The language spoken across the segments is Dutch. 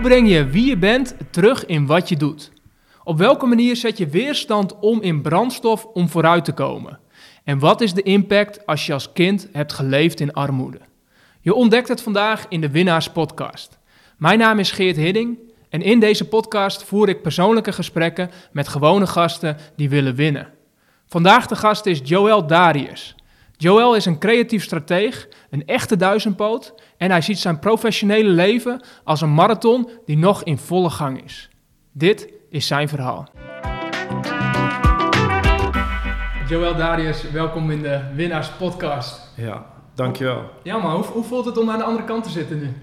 breng je wie je bent terug in wat je doet? Op welke manier zet je weerstand om in brandstof om vooruit te komen? En wat is de impact als je als kind hebt geleefd in armoede? Je ontdekt het vandaag in de Winnaars Podcast. Mijn naam is Geert Hidding en in deze podcast voer ik persoonlijke gesprekken met gewone gasten die willen winnen. Vandaag de gast is Joël Darius. Joël is een creatief strateeg, een echte duizendpoot en hij ziet zijn professionele leven als een marathon die nog in volle gang is. Dit is zijn verhaal. Joël Darius, welkom in de Winnaars Podcast. Ja, dankjewel. Ja man, hoe voelt het om aan de andere kant te zitten nu?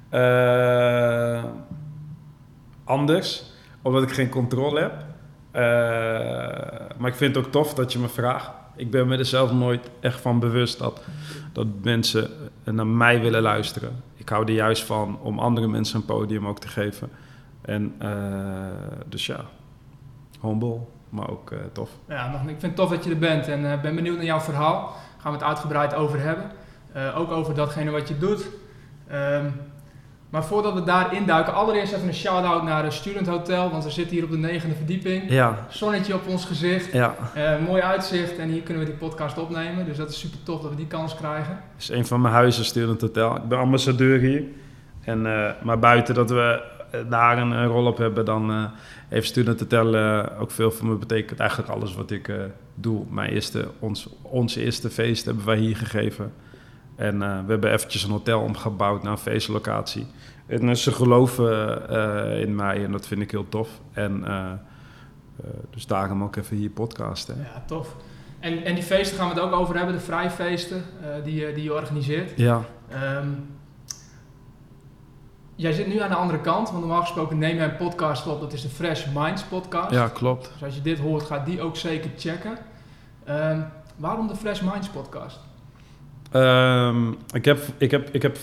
Anders, omdat ik geen controle heb. Maar ik vind het ook tof dat je me vraagt. Ik ben me er zelf nooit echt van bewust dat mensen naar mij willen luisteren. Ik hou er juist van om andere mensen een podium ook te geven. En dus ja, humble, maar ook tof. Ja, ik vind het tof dat je er bent en ben benieuwd naar jouw verhaal. Daar gaan we het uitgebreid over hebben. Ook over datgene wat je doet. Maar voordat we daar induiken, allereerst even een shout-out naar de Student Hotel, want we zitten hier op de 9e verdieping. Ja. Zonnetje op ons gezicht, Ja. Mooi uitzicht en hier kunnen we die podcast opnemen. Dus dat is super tof dat we die kans krijgen. Het is een van mijn huizen, Student Hotel. Ik ben ambassadeur hier. En, maar buiten dat we daar een rol op hebben, dan heeft Student Hotel ook veel voor me betekend. Eigenlijk alles wat ik doe. Onze eerste feest hebben wij hier gegeven. En we hebben eventjes een hotel omgebouwd naar een feestlocatie. En ze geloven in mij en dat vind ik heel tof. En dus daarom ook even hier podcasten. Ja, tof. En die feesten gaan we het ook over hebben, de vrijfeesten die je organiseert. Ja. Jij zit nu aan de andere kant, want normaal gesproken neem jij een podcast op. Dat is de Fresh Minds podcast. Ja, klopt. Dus als je dit hoort, ga die ook zeker checken. Waarom de Fresh Minds podcast? Ik heb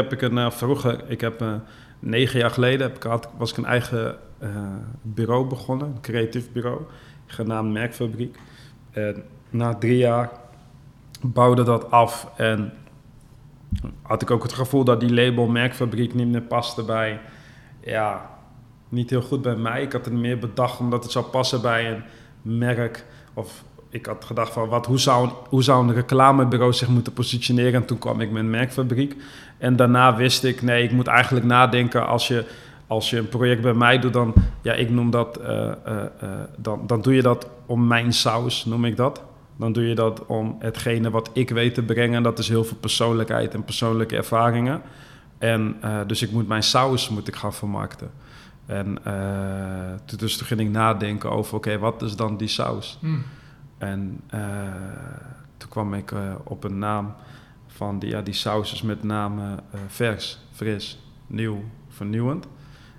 9 jaar geleden was ik een eigen bureau begonnen, een creatief bureau, genaamd Merkfabriek. En na 3 jaar bouwde dat af en had ik ook het gevoel dat die label Merkfabriek niet meer paste bij, ja, niet heel goed bij mij. Ik had het meer bedacht omdat het zou passen bij een merk of... Ik had gedacht van, hoe zou een reclamebureau zich moeten positioneren? En toen kwam ik met Merkfabriek. En daarna wist ik, nee, ik moet eigenlijk nadenken als je een project bij mij doet, dan, ja, ik noem dat, dan doe je dat om mijn saus, noem ik dat. Dan doe je dat om hetgene wat ik weet te brengen. Dat is heel veel persoonlijkheid en persoonlijke ervaringen. En dus ik moet mijn saus gaan vermarkten. En dus toen ging ik nadenken over, oké, wat is dan die saus? En toen kwam ik op een naam van die saus is met name vers, fris, nieuw, vernieuwend.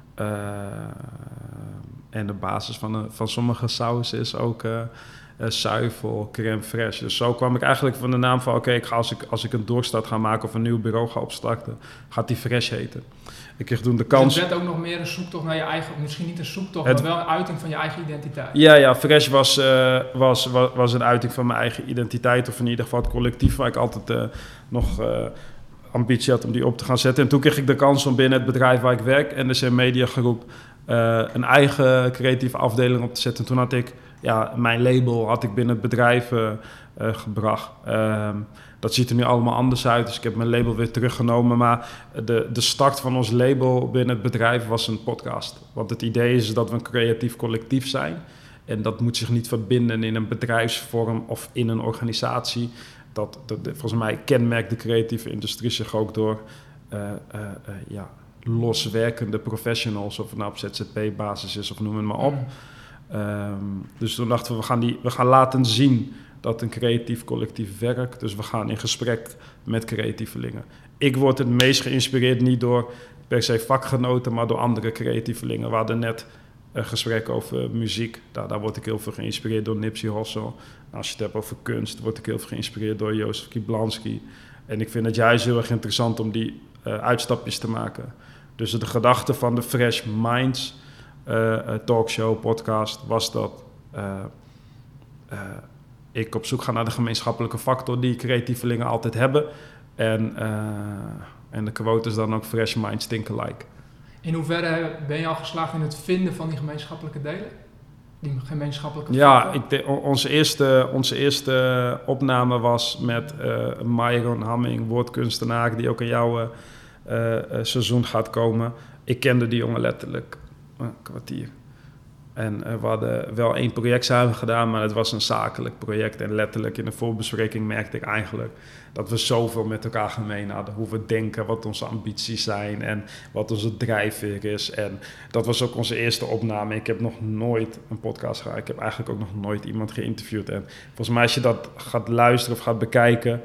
En de basis van sommige sausen is ook zuivel, crème fraîche. Dus zo kwam ik eigenlijk van de naam van oké, als ik een doorstart ga maken of een nieuw bureau ga opstarten, gaat die fresh heten. Ik kreeg toen de kans... Dus het werd ook nog meer een zoektocht naar je eigen... Misschien niet een zoektocht, maar wel een uiting van je eigen identiteit. Ja, Fresh was een uiting van mijn eigen identiteit. Of in ieder geval het collectief waar ik altijd nog ambitie had om die op te gaan zetten. En toen kreeg ik de kans om binnen het bedrijf waar ik werk, NDC Media Groep, een eigen creatieve afdeling op te zetten. En toen had ik mijn label binnen het bedrijf gebracht. Dat ziet er nu allemaal anders uit, dus ik heb mijn label weer teruggenomen. Maar de start van ons label binnen het bedrijf was een podcast. Want het idee is dat we een creatief collectief zijn. En dat moet zich niet verbinden in een bedrijfsvorm of in een organisatie. Volgens mij kenmerkt de creatieve industrie zich ook door loswerkende professionals. Of het nou op ZZP-basis is of noem het maar op. Dus toen dachten we gaan laten zien dat een creatief collectief werkt. Dus we gaan in gesprek met creatievelingen. Ik word het meest geïnspireerd niet door per se vakgenoten, maar door andere creatievelingen. We hadden net een gesprek over muziek. Daar word ik heel veel geïnspireerd door Nipsey Hussle. Als je het hebt over kunst, word ik heel veel geïnspireerd door Jozef Kiblansky. En ik vind het juist heel erg interessant om die uitstapjes te maken. Dus de gedachte van de Fresh Minds talkshow, podcast, was dat ik op zoek ga naar de gemeenschappelijke factor die creatievelingen altijd hebben. En de quote is dan ook Fresh Minds think alike. In hoeverre ben je al geslaagd in het vinden van die gemeenschappelijke delen? Die gemeenschappelijke Ja, onze eerste opname was met Myron Hamming, woordkunstenaar, die ook in jouw seizoen gaat komen. Ik kende die jongen letterlijk een kwartier. En we hadden wel 1 project samen gedaan, maar het was een zakelijk project. En letterlijk in de voorbespreking merkte ik eigenlijk dat we zoveel met elkaar gemeen hadden. Hoe we denken, wat onze ambities zijn en wat onze drijfveer is. En dat was ook onze eerste opname. Ik heb nog nooit een podcast gehad. Ik heb eigenlijk ook nog nooit iemand geïnterviewd. En volgens mij als je dat gaat luisteren of gaat bekijken,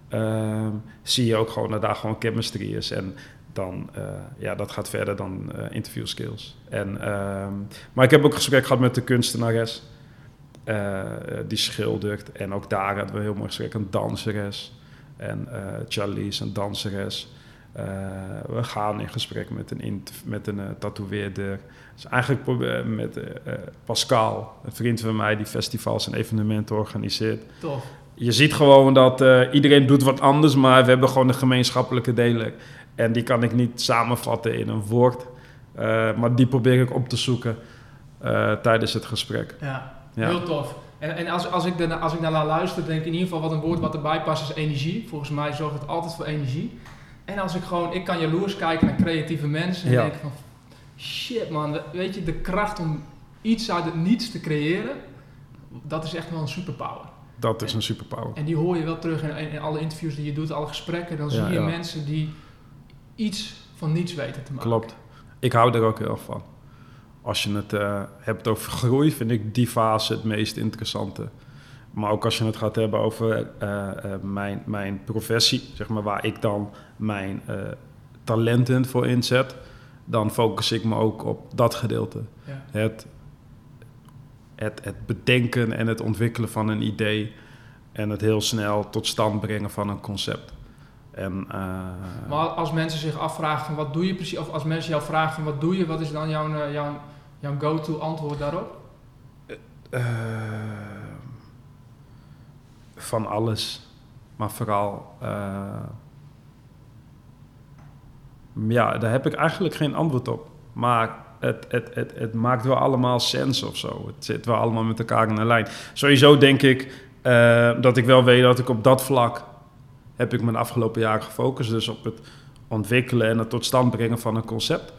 zie je ook gewoon dat daar gewoon chemistry is. En dan, dat gaat verder dan interview skills. Maar ik heb ook een gesprek gehad met de kunstenares. Die schildert. En ook daar hadden we een heel mooi gesprek. Een danseres. En Charlize, een danseres. We gaan in gesprek met een tatoeëerder. Dus eigenlijk met Pascal, een vriend van mij die festivals en evenementen organiseert. Tof. Je ziet gewoon dat iedereen doet wat anders, maar we hebben gewoon een gemeenschappelijke deler. En die kan ik niet samenvatten in een woord. Maar die probeer ik op te zoeken tijdens het gesprek. Ja. Heel tof. En als ik daarna luister, denk ik in ieder geval wat een woord wat erbij past is energie. Volgens mij zorgt het altijd voor energie. En als ik kan jaloers kijken naar creatieve mensen en denk van, shit man, weet je, de kracht om iets uit het niets te creëren, dat is echt wel een superpower. Dat is een superpower. En die hoor je wel terug in alle interviews die je doet, alle gesprekken. Dan zie je mensen die iets van niets weten te maken. Klopt. Ik hou er ook heel van. Als je het hebt over groei, vind ik die fase het meest interessante. Maar ook als je het gaat hebben over mijn professie, zeg maar, waar ik dan mijn talenten voor inzet, dan focus ik me ook op dat gedeelte. Ja. Het bedenken en het ontwikkelen van een idee en het heel snel tot stand brengen van een concept. Maar als mensen zich afvragen van wat doe je precies, of als mensen jou vragen van wat doe je, wat is dan jouw go-to antwoord daarop? Van alles, maar vooral daar heb ik eigenlijk geen antwoord op. Maar het maakt wel allemaal sens of zo. Het zit wel allemaal met elkaar in een lijn. Sowieso denk ik dat ik wel weet dat ik op dat vlak heb ik me de afgelopen jaren gefocust. Dus op het ontwikkelen en het tot stand brengen van een concept.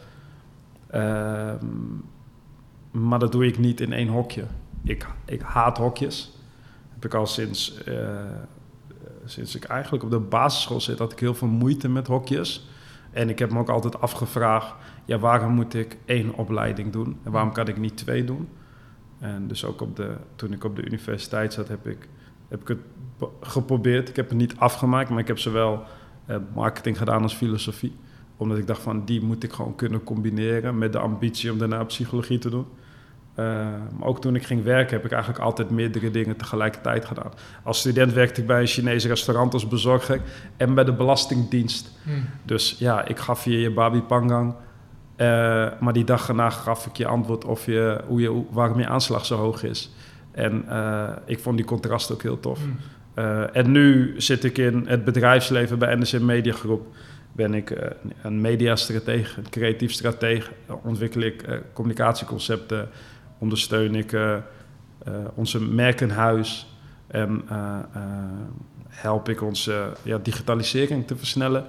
Maar dat doe ik niet in 1 hokje. Ik haat hokjes. Heb ik al sinds ik eigenlijk op de basisschool zit, had ik heel veel moeite met hokjes. En ik heb me ook altijd afgevraagd, waarom moet ik 1 opleiding doen? En waarom kan ik niet 2 doen? En dus ook toen ik op de universiteit zat, heb ik het geprobeerd. Ik heb het niet afgemaakt, maar ik heb zowel marketing gedaan als filosofie. Omdat ik dacht van, die moet ik gewoon kunnen combineren met de ambitie om daarna psychologie te doen. Maar ook toen ik ging werken, heb ik eigenlijk altijd meerdere dingen tegelijkertijd gedaan. Als student werkte ik bij een Chinese restaurant als bezorger en bij de Belastingdienst. Dus ik gaf je Babi Pangang. Maar die dag erna gaf ik je antwoord waarom je aanslag zo hoog is. En ik vond die contrast ook heel tof. En nu zit ik in het bedrijfsleven bij NSC Media Groep. Ben ik een mediastratege, een creatief stratege. Ontwikkel ik communicatieconcepten. Ondersteun ik onze merkenhuis. En help ik onze digitalisering te versnellen.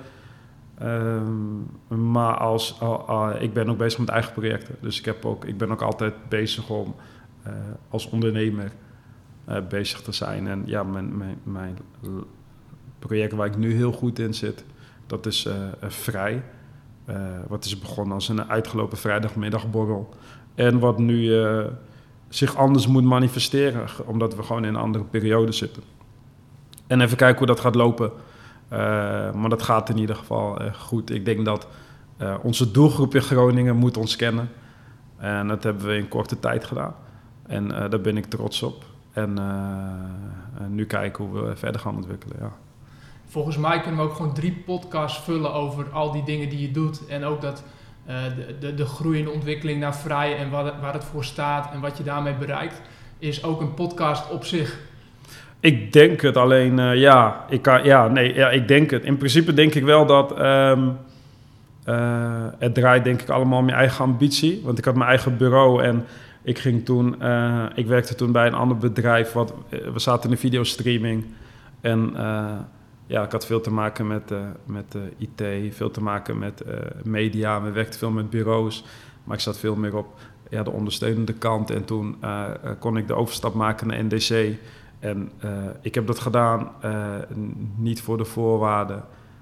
Maar ik ben ook bezig met eigen projecten. Dus ik ben ook altijd bezig om als ondernemer bezig te zijn. En mijn project waar ik nu heel goed in zit, dat is Vrij. Wat is begonnen als een uitgelopen vrijdagmiddagborrel. En wat nu zich anders moet manifesteren, omdat we gewoon in een andere periode zitten. En even kijken hoe dat gaat lopen. Maar dat gaat in ieder geval goed. Ik denk dat onze doelgroep in Groningen moet ons kennen. En dat hebben we in korte tijd gedaan. En daar ben ik trots op. En nu kijken hoe we verder gaan ontwikkelen, ja. Volgens mij kunnen we ook gewoon 3 podcasts vullen over al die dingen die je doet. En ook dat de groei en de ontwikkeling naar Vrij en waar het voor staat en wat je daarmee bereikt, is ook een podcast op zich. Ik denk het, alleen ik denk het. In principe denk ik wel dat Het draait denk ik allemaal om je eigen ambitie. Want ik had mijn eigen bureau en ik werkte toen bij een ander bedrijf. We zaten in de videostreaming. En ik had veel te maken met IT, veel te maken met media. We werkten veel met bureaus, maar ik zat veel meer op de ondersteunende kant. En toen kon ik de overstap maken naar NDC. En ik heb dat gedaan, niet voor de voorwaarden,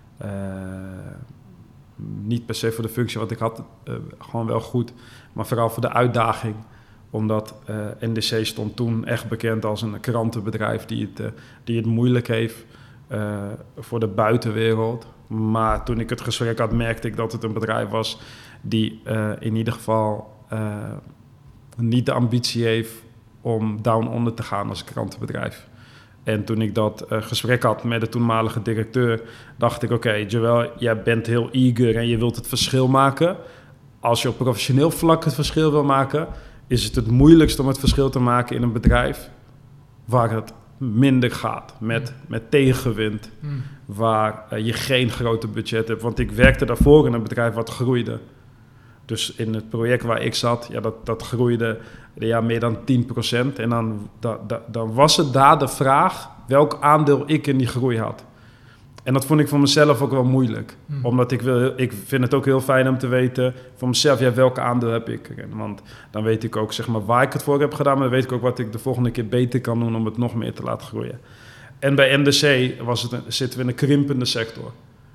niet per se voor de functie, want ik had gewoon wel goed, maar vooral voor de uitdaging. Omdat NDC stond toen echt bekend als een krantenbedrijf die het moeilijk heeft voor de buitenwereld. Maar toen ik het gesprek had, merkte ik dat het een bedrijf was die in ieder geval niet de ambitie heeft om down onder te gaan als krantenbedrijf. En toen ik dat gesprek had met de toenmalige directeur, dacht ik, oké, Joël, jij bent heel eager en je wilt het verschil maken. Als je op professioneel vlak het verschil wil maken, is het moeilijkst om het verschil te maken in een bedrijf waar het minder gaat, met tegenwind, waar je geen grote budget hebt. Want ik werkte daarvoor in een bedrijf wat groeide. Dus in het project waar ik zat, dat groeide meer dan 10%. En dan was het daar de vraag welk aandeel ik in die groei had. En dat vond ik voor mezelf ook wel moeilijk. Omdat ik vind het ook heel fijn om te weten voor mezelf, welk aandeel heb ik erin. Want dan weet ik ook zeg maar, waar ik het voor heb gedaan, maar dan weet ik ook wat ik de volgende keer beter kan doen om het nog meer te laten groeien. En bij NDC zitten we in een krimpende sector.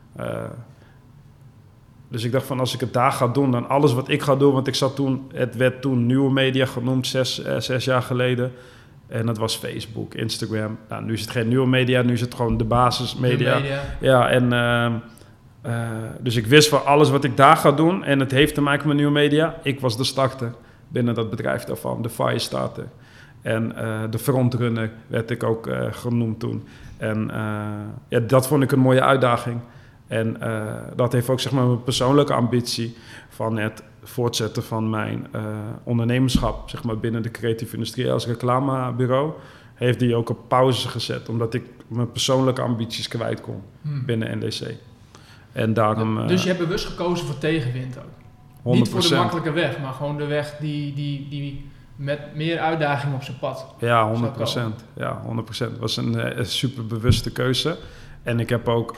Dus ik dacht van als ik het daar ga doen, dan alles wat ik ga doen, want het werd toen Nieuwe Media genoemd, 6 jaar geleden. En dat was Facebook, Instagram. Nou, nu is het geen Nieuwe Media, nu is het gewoon de basismedia. Ja, en dus ik wist van alles wat ik daar ga doen en het heeft te maken met Nieuwe Media. Ik was de starter binnen dat bedrijf daarvan, de firestarter. En de frontrunner werd ik ook genoemd toen. En dat vond ik een mooie uitdaging. En dat heeft ook zeg maar mijn persoonlijke ambitie van het voortzetten van mijn ondernemerschap zeg maar, binnen de creatieve industrie als reclamebureau, heeft die ook op pauze gezet, omdat ik mijn persoonlijke ambities kwijt kon binnen NDC. En daarom, dus je hebt bewust gekozen voor tegenwind ook? 100%. Niet voor de makkelijke weg, maar gewoon de weg die met meer uitdaging op zijn pad. Ja, 100%. Ja, 100%. Het was een super bewuste keuze. En ik heb ook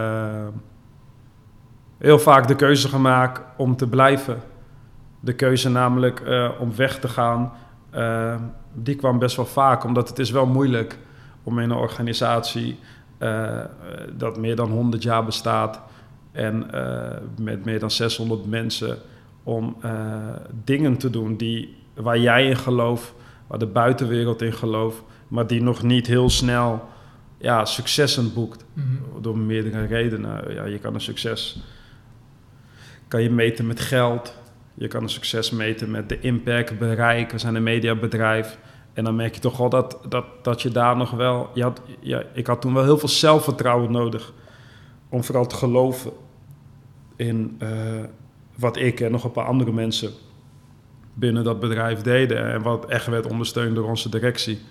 heel vaak de keuze gemaakt om te blijven. De keuze namelijk om weg te gaan, die kwam best wel vaak. Omdat het is wel moeilijk om in een organisatie dat meer dan 100 jaar bestaat en met meer dan 600 mensen om dingen te doen waar jij in gelooft, waar de buitenwereld in gelooft, maar die nog niet heel snel successen boekt. Door meerdere redenen. Ja, je kan een succes meten met geld. Je kan een succes meten met de impact, bereik. We zijn een mediabedrijf. En dan merk je toch wel dat je daar nog wel... ik had toen wel heel veel zelfvertrouwen nodig. Om vooral te geloven in wat ik en nog een paar andere mensen binnen dat bedrijf deden. En wat echt werd ondersteund door onze directie.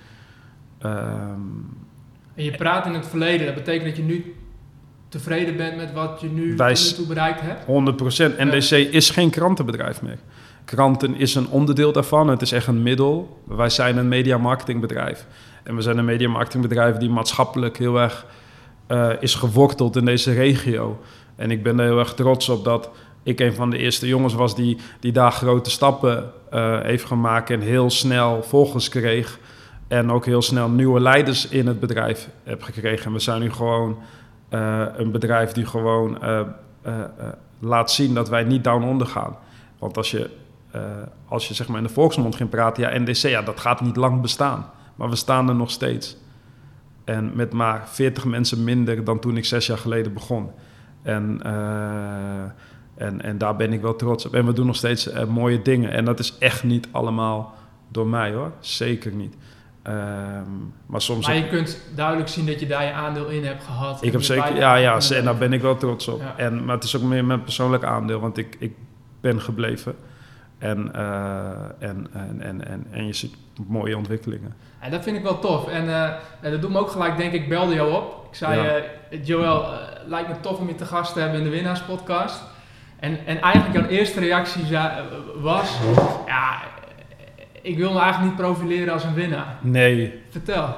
En je praat in het verleden. Dat betekent dat je nu tevreden bent met wat je nu toe bereikt hebt? 100%. NDC is geen krantenbedrijf meer. Kranten is een onderdeel daarvan. Het is echt een middel. Wij zijn een mediamarketingbedrijf. En we zijn een mediamarketingbedrijf die maatschappelijk heel erg is geworteld in deze regio. En ik ben er heel erg trots op dat ik een van de eerste jongens was die daar grote stappen heeft gemaakt en heel snel volgers kreeg. En ook heel snel nieuwe leiders in het bedrijf heb gekregen. En we zijn nu gewoon een bedrijf die gewoon laat zien dat wij niet down onder gaan. Want als je zeg maar in de volksmond ging praten, NDC, dat gaat niet lang bestaan. Maar we staan er nog steeds. En met maar 40 mensen minder dan toen ik 6 jaar geleden begon. En daar ben ik wel trots op. En we doen nog steeds mooie dingen. En dat is echt niet allemaal door mij hoor. Zeker niet. Maar je kunt duidelijk zien dat je daar je aandeel in hebt gehad. Ik heb zeker, en daar ben ik wel trots op. Ja. Maar het is ook meer mijn persoonlijk aandeel, want ik ben gebleven. En je ziet mooie ontwikkelingen. En dat vind ik wel tof. En dat doet me ook gelijk denken, ik belde jou op. Ik zei, Joël, lijkt me tof om je te gast te hebben in de Winnaarspodcast. En eigenlijk jouw eerste reactie was... Ja, ik wil me eigenlijk niet profileren als een winnaar. Nee. Vertel.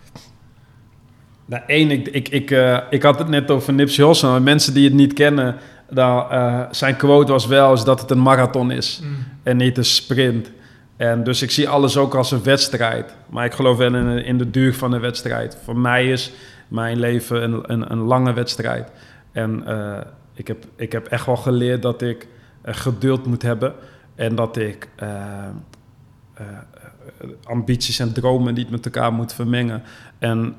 Nou, ik had het net over Nipsey Hussle. Maar mensen die het niet kennen... zijn quote was wel eens dat het een marathon is. En niet een sprint. En dus ik zie alles ook als een wedstrijd. Maar ik geloof wel in de duur van een wedstrijd. Voor mij is mijn leven een lange wedstrijd. En ik heb echt wel geleerd dat ik geduld moet hebben. En dat ik ambities en dromen niet met elkaar moet vermengen. En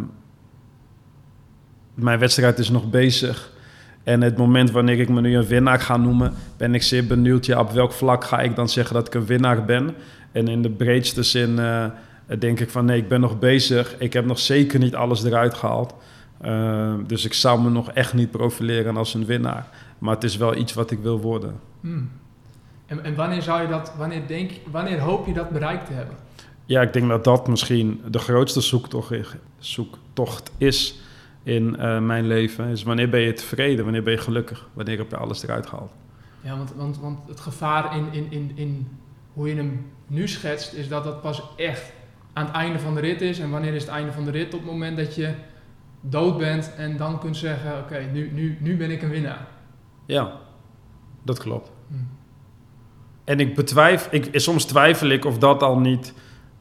mijn wedstrijd is nog bezig. En het moment wanneer ik me nu een winnaar ga noemen, ben ik zeer benieuwd. Ja, op welk vlak ga ik dan zeggen dat ik een winnaar ben? En in de breedste zin denk ik van nee, ik ben nog bezig. Ik heb nog zeker niet alles eruit gehaald. Dus ik zou me nog echt niet profileren als een winnaar. Maar het is wel iets wat ik wil worden. En wanneer zou je dat, wanneer hoop je dat bereikt te hebben? Ja, ik denk dat dat misschien de grootste zoektocht is in mijn leven. Is wanneer ben je tevreden, wanneer ben je gelukkig, wanneer heb je alles eruit gehaald. Ja, want het gevaar in hoe je hem nu schetst, is dat dat pas echt aan het einde van de rit is. En wanneer is het einde van de rit? Op het moment dat je dood bent en dan kunt zeggen, oké, nu ben ik een winnaar. Ja, dat klopt. En soms twijfel ik of dat al niet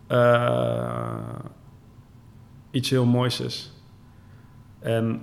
iets heel moois is. En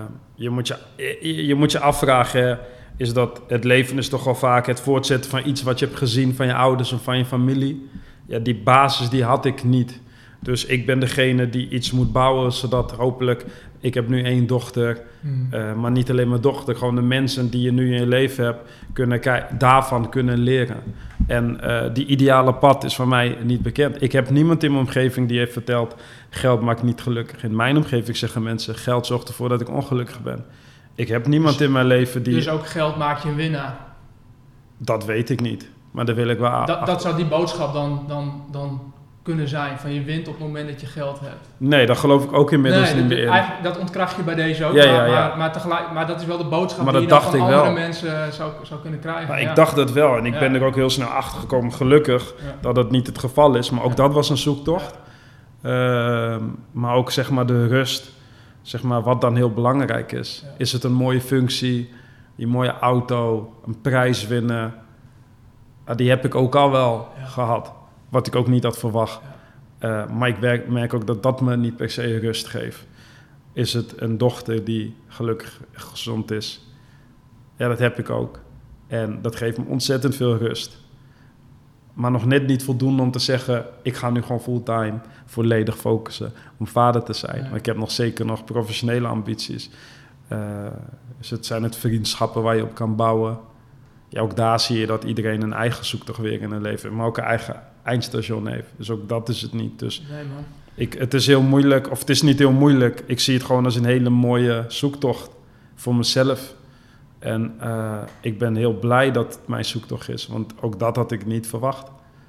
je moet je afvragen, is dat het leven is toch wel vaak het voortzetten van iets wat je hebt gezien van je ouders of van je familie. Ja, die basis die had ik niet. Dus ik ben degene die iets moet bouwen, zodat hopelijk... Ik heb nu 1 dochter, maar niet alleen mijn dochter. Gewoon de mensen die je nu in je leven hebt, daarvan kunnen leren. En die ideale pad is voor mij niet bekend. Ik heb niemand in mijn omgeving die heeft verteld... geld maakt niet gelukkig. In mijn omgeving zeggen mensen... geld zorgt ervoor dat ik ongelukkig ben. Ik heb niemand in mijn leven die... Dus ook geld maakt je een winnaar? Dat weet ik niet. Maar daar wil ik wel... Dat zou die boodschap dan kunnen zijn, van je wint op het moment dat je geld hebt. Nee, dat geloof ik ook inmiddels niet meer in. Eigenlijk, dat ontkracht je bij deze ook, maar dat is wel de boodschap die je dan van andere mensen zou kunnen krijgen. Maar ik dacht het wel en ik ben er ook heel snel achter gekomen, gelukkig, dat het niet het geval is. Maar ook dat was een zoektocht. Maar ook zeg maar de rust, zeg maar wat dan heel belangrijk is. Ja. Is het een mooie functie, die mooie auto, een prijs winnen? Die heb ik ook al wel gehad. Wat ik ook niet had verwacht. Maar ik merk ook dat dat me niet per se rust geeft. Is het een dochter die gelukkig gezond is? Ja, dat heb ik ook. En dat geeft me ontzettend veel rust. Maar nog net niet voldoende om te zeggen... ik ga nu gewoon fulltime volledig focussen om vader te zijn. Ja. Maar ik heb nog zeker nog professionele ambities. Dus het zijn het vriendschappen waar je op kan bouwen. Ja, ook daar zie je dat iedereen een eigen zoektocht weer in hun leven heeft. Maar ook een eigen eindstation heeft. Dus ook dat is het niet. Dus nee, man. Het is heel moeilijk, of het is niet heel moeilijk. Ik zie het gewoon als een hele mooie zoektocht voor mezelf. En ik ben heel blij dat het mijn zoektocht is. Want ook dat had ik niet verwacht.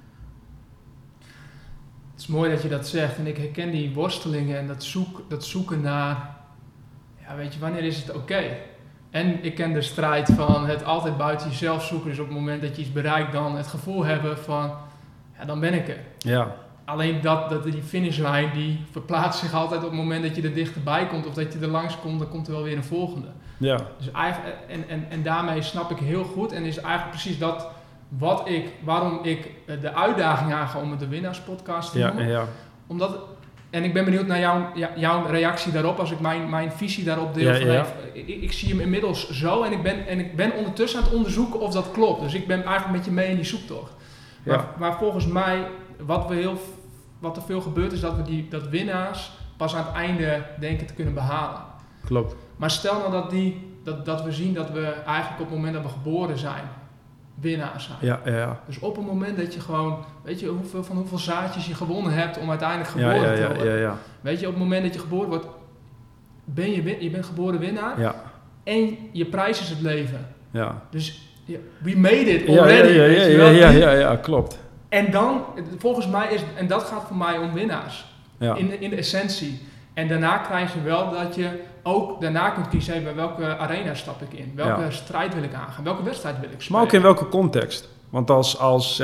Het is mooi dat je dat zegt. En ik herken die worstelingen en dat zoeken naar... Ja, weet je, wanneer is het oké? En ik ken de strijd van het altijd buiten jezelf zoeken. Dus op het moment dat je iets bereikt, dan het gevoel hebben van... Ja, dan ben ik er. Ja. Alleen die finishlijn, die verplaatst zich altijd op het moment dat je er dichterbij komt. Of dat je er langs komt, dan komt er wel weer een volgende. Ja. Dus eigenlijk, en daarmee snap ik heel goed. En is eigenlijk precies dat waarom ik de uitdaging aanga om het de winnaarspodcast te noemen. Ja. Omdat... En ik ben benieuwd naar jouw reactie daarop, als ik mijn visie daarop deel. Ik zie hem inmiddels zo en ik ben ondertussen aan het onderzoeken of dat klopt. Dus ik ben eigenlijk met je mee in die zoektocht. Ja. Maar volgens mij, wat er veel gebeurt, is dat winnaars pas aan het einde denken te kunnen behalen. Klopt. Maar stel nou dat we zien dat we eigenlijk op het moment dat we geboren zijn, winnaars zijn. Ja. Dus op het moment dat je gewoon, weet je hoeveel zaadjes je gewonnen hebt om uiteindelijk geboren te worden. Ja. Weet je, op het moment dat je geboren wordt, je bent geboren winnaar. Ja. En je prijs is het leven. Ja. Dus we made it already. Ja, klopt. En dan, volgens mij en dat gaat voor mij om winnaars. Ja. In de essentie. En daarna krijg je wel dat je ook daarna kunt kiezen, bij welke arena stap ik in? Welke strijd wil ik aangaan? Welke wedstrijd wil ik spelen? Maar ook in welke context? Want als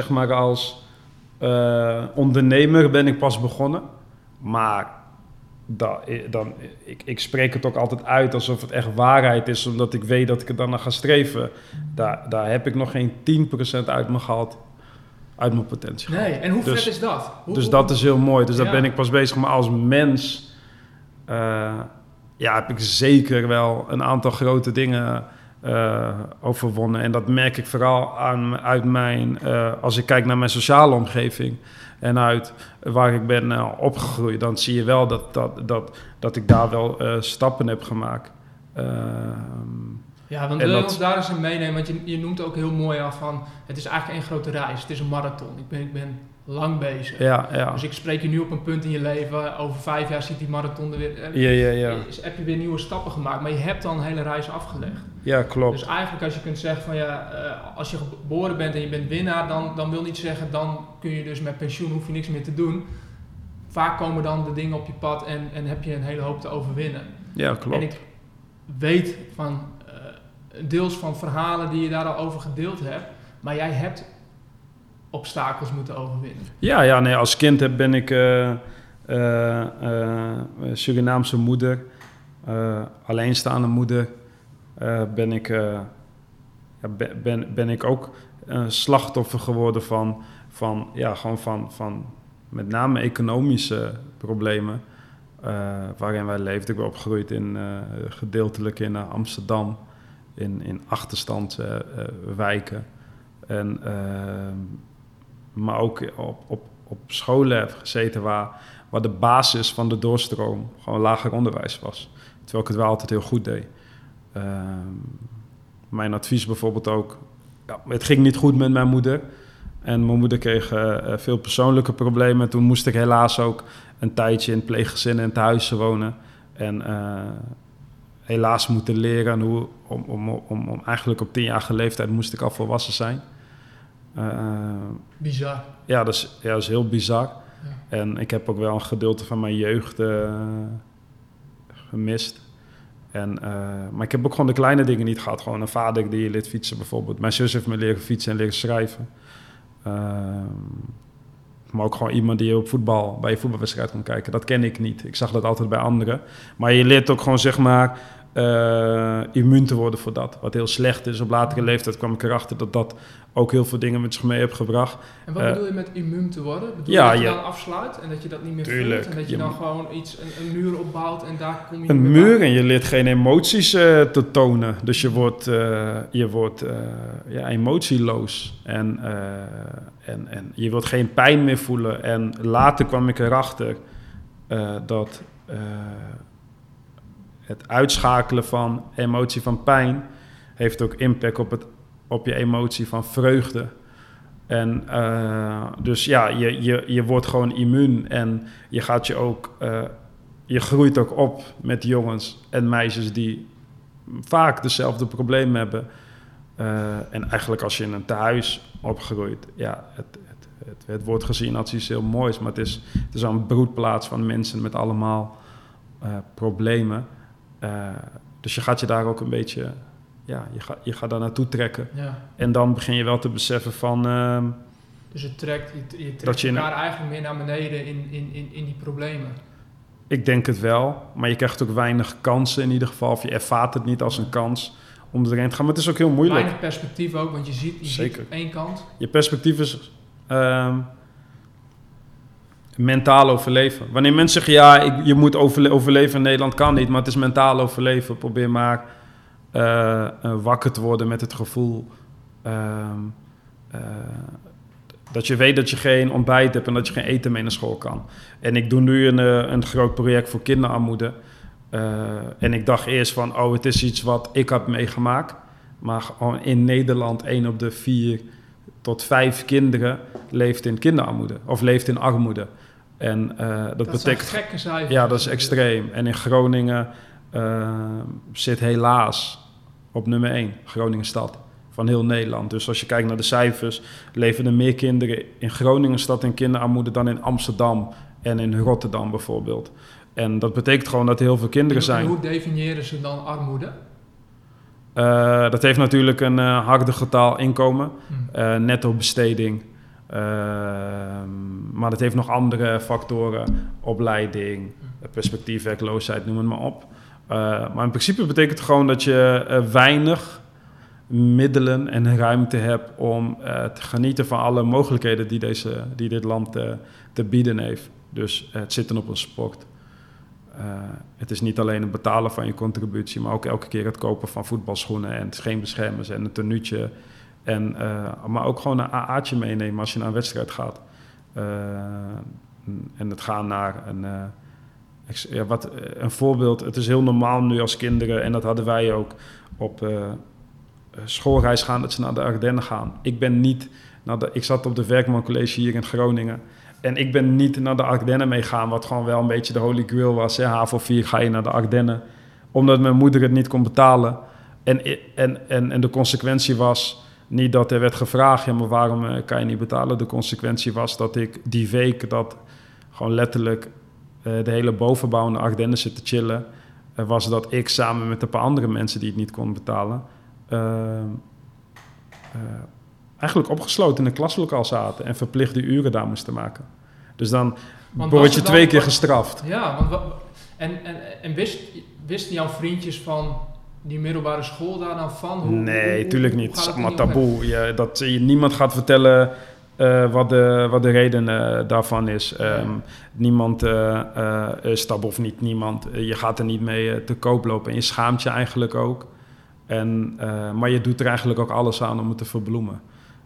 ondernemer ben ik pas begonnen. Maar ik spreek het ook altijd uit alsof het echt waarheid is, omdat ik weet dat ik er dan naar ga streven. Daar heb ik nog geen 10% uit me gehaald, uit mijn potentie. Nee, en hoe vet is dat? Dat is heel mooi. Dus daar ben ik pas bezig. Maar als mens heb ik zeker wel een aantal grote dingen overwonnen. En dat merk ik vooral uit als ik kijk naar mijn sociale omgeving en uit waar ik ben opgegroeid, dan zie je wel dat ik daar wel stappen heb gemaakt. Ja, want wil je ons daar eens in meenemen? Want je noemt ook heel mooi af van, het is eigenlijk één grote reis. Het is een marathon. Ik ben lang bezig. Ja. Dus ik spreek je nu op een punt in je leven. Over 5 jaar ziet die marathon er weer... Heb je weer nieuwe stappen gemaakt. Maar je hebt dan een hele reis afgelegd. Ja, klopt. Dus eigenlijk als je kunt zeggen van als je geboren bent en je bent winnaar, dan wil niet zeggen, dan kun je dus met pensioen, hoef je niks meer te doen. Vaak komen dan de dingen op je pad en heb je een hele hoop te overwinnen. Ja, klopt. En ik weet van deels van verhalen die je daar al over gedeeld hebt, maar jij hebt obstakels moeten overwinnen. Ja, als kind ben ik Surinaamse moeder, alleenstaande moeder, ben ik ook slachtoffer geworden van met name economische problemen waarin wij leefden. Ik ben opgegroeid gedeeltelijk in Amsterdam, in achterstandswijken. Maar ook op scholen heb gezeten waar de basis van de doorstroom gewoon lager onderwijs was. Terwijl ik het wel altijd heel goed deed. Mijn advies bijvoorbeeld ook, het ging niet goed met mijn moeder. En mijn moeder kreeg veel persoonlijke problemen. Toen moest ik helaas ook een tijdje in pleeggezinnen en tehuizen wonen. En helaas moeten leren om eigenlijk op 10-jarige leeftijd moest ik al volwassen zijn. Bizar. Ja, dat is heel bizar. Ja. En ik heb ook wel een gedeelte van mijn jeugd gemist. Maar ik heb ook gewoon de kleine dingen niet gehad. Gewoon een vader die leert fietsen bijvoorbeeld. Mijn zus heeft me leren fietsen en leren schrijven. Maar ook gewoon iemand die je bij je voetbalwedstrijd kon kijken. Dat ken ik niet. Ik zag dat altijd bij anderen. Maar je leert ook gewoon immuun te worden voor dat. Wat heel slecht is. Op latere leeftijd kwam ik erachter dat ook heel veel dingen met zich mee heeft gebracht. En wat bedoel je met immuun te worden? Bedoel je dat je dan afsluit en dat je dat niet meer voelt? En dat je dan gewoon een muur opbouwt en daar kom je een niet muur bij. En je leert geen emoties te tonen. Dus je wordt emotieloos. En je wilt geen pijn meer voelen. En later kwam ik erachter dat het uitschakelen van emotie van pijn heeft ook impact op je emotie van vreugde. En dus ja, je wordt gewoon immuun en je groeit ook op met jongens en meisjes die vaak dezelfde problemen hebben. En eigenlijk als je in een tehuis opgroeit, ja, het wordt gezien als iets heel moois, maar het is een broedplaats van mensen met allemaal problemen. Dus je gaat je daar ook een beetje, je gaat daar naartoe trekken. Ja. En dan begin je wel te beseffen van... dus je trekt elkaar eigenlijk meer naar beneden in die problemen. Ik denk het wel, maar je krijgt ook weinig kansen in ieder geval. Of je ervaart het niet als een kans om erin te gaan. Maar het is ook heel moeilijk. Weinig perspectief ook, want je ziet één kant. Je perspectief is... mentaal overleven. Wanneer mensen zeggen, je moet overleven in Nederland, kan niet, maar het is mentaal overleven. Probeer maar wakker te worden met het gevoel dat je weet dat je geen ontbijt hebt en dat je geen eten mee naar school kan. En ik doe nu een groot project voor kinderarmoede. En ik dacht eerst van, het is iets wat ik heb meegemaakt. Maar gewoon in Nederland 1 op de 4 tot 5 kinderen leeft in kinderarmoede of leeft in armoede. En dat betekent gekke cijfers. Ja, dat is extreem. En in Groningen zit helaas op nummer 1, Groningen stad, van heel Nederland. Dus als je kijkt naar de cijfers, leven er meer kinderen in Groningen stad in kinderarmoede dan in Amsterdam en in Rotterdam bijvoorbeeld. En dat betekent gewoon dat er heel veel kinderen zijn. En hoe definiëren ze dan armoede? Dat heeft natuurlijk een harde getal inkomen, netto besteding. Maar dat heeft nog andere factoren, opleiding, perspectief, werkloosheid, noem het maar op. Maar in principe betekent het gewoon dat je weinig middelen en ruimte hebt om te genieten van alle mogelijkheden die dit land te bieden heeft. Dus het zitten op een sport. Het is niet alleen het betalen van je contributie, maar ook elke keer het kopen van voetbalschoenen en scheenbeschermers en een tenuutje. Maar ook gewoon een AA'tje meenemen als je naar een wedstrijd gaat. En het gaan naar een voorbeeld. Het is heel normaal nu als kinderen, en dat hadden wij ook op schoolreis gaan, dat ze naar de Ardennen gaan. Ik zat op de Werkman College hier in Groningen. En ik ben niet naar de Ardennen meegaan, wat gewoon wel een beetje de holy grail was. Hè? HAVO 4 ga je naar de Ardennen. Omdat mijn moeder het niet kon betalen. En de consequentie was niet dat er werd gevraagd, ja, maar waarom kan je niet betalen? De consequentie was dat ik die week dat gewoon letterlijk de hele bovenbouw in de Ardennen zit te chillen, was dat ik samen met een paar andere mensen die het niet konden betalen, eigenlijk opgesloten in een klaslokaal zaten en verplichte uren daar moesten maken. Dus dan word je 2 keer gestraft. Ja, en wisten jouw vriendjes van die middelbare school daar dan van? Nee, tuurlijk niet. Het is allemaal taboe. Niemand gaat vertellen wat de reden daarvan is. Niemand is taboe of niet niemand. Je gaat er niet mee te koop lopen en je schaamt je eigenlijk ook. Maar je doet er eigenlijk ook alles aan om het te verbloemen.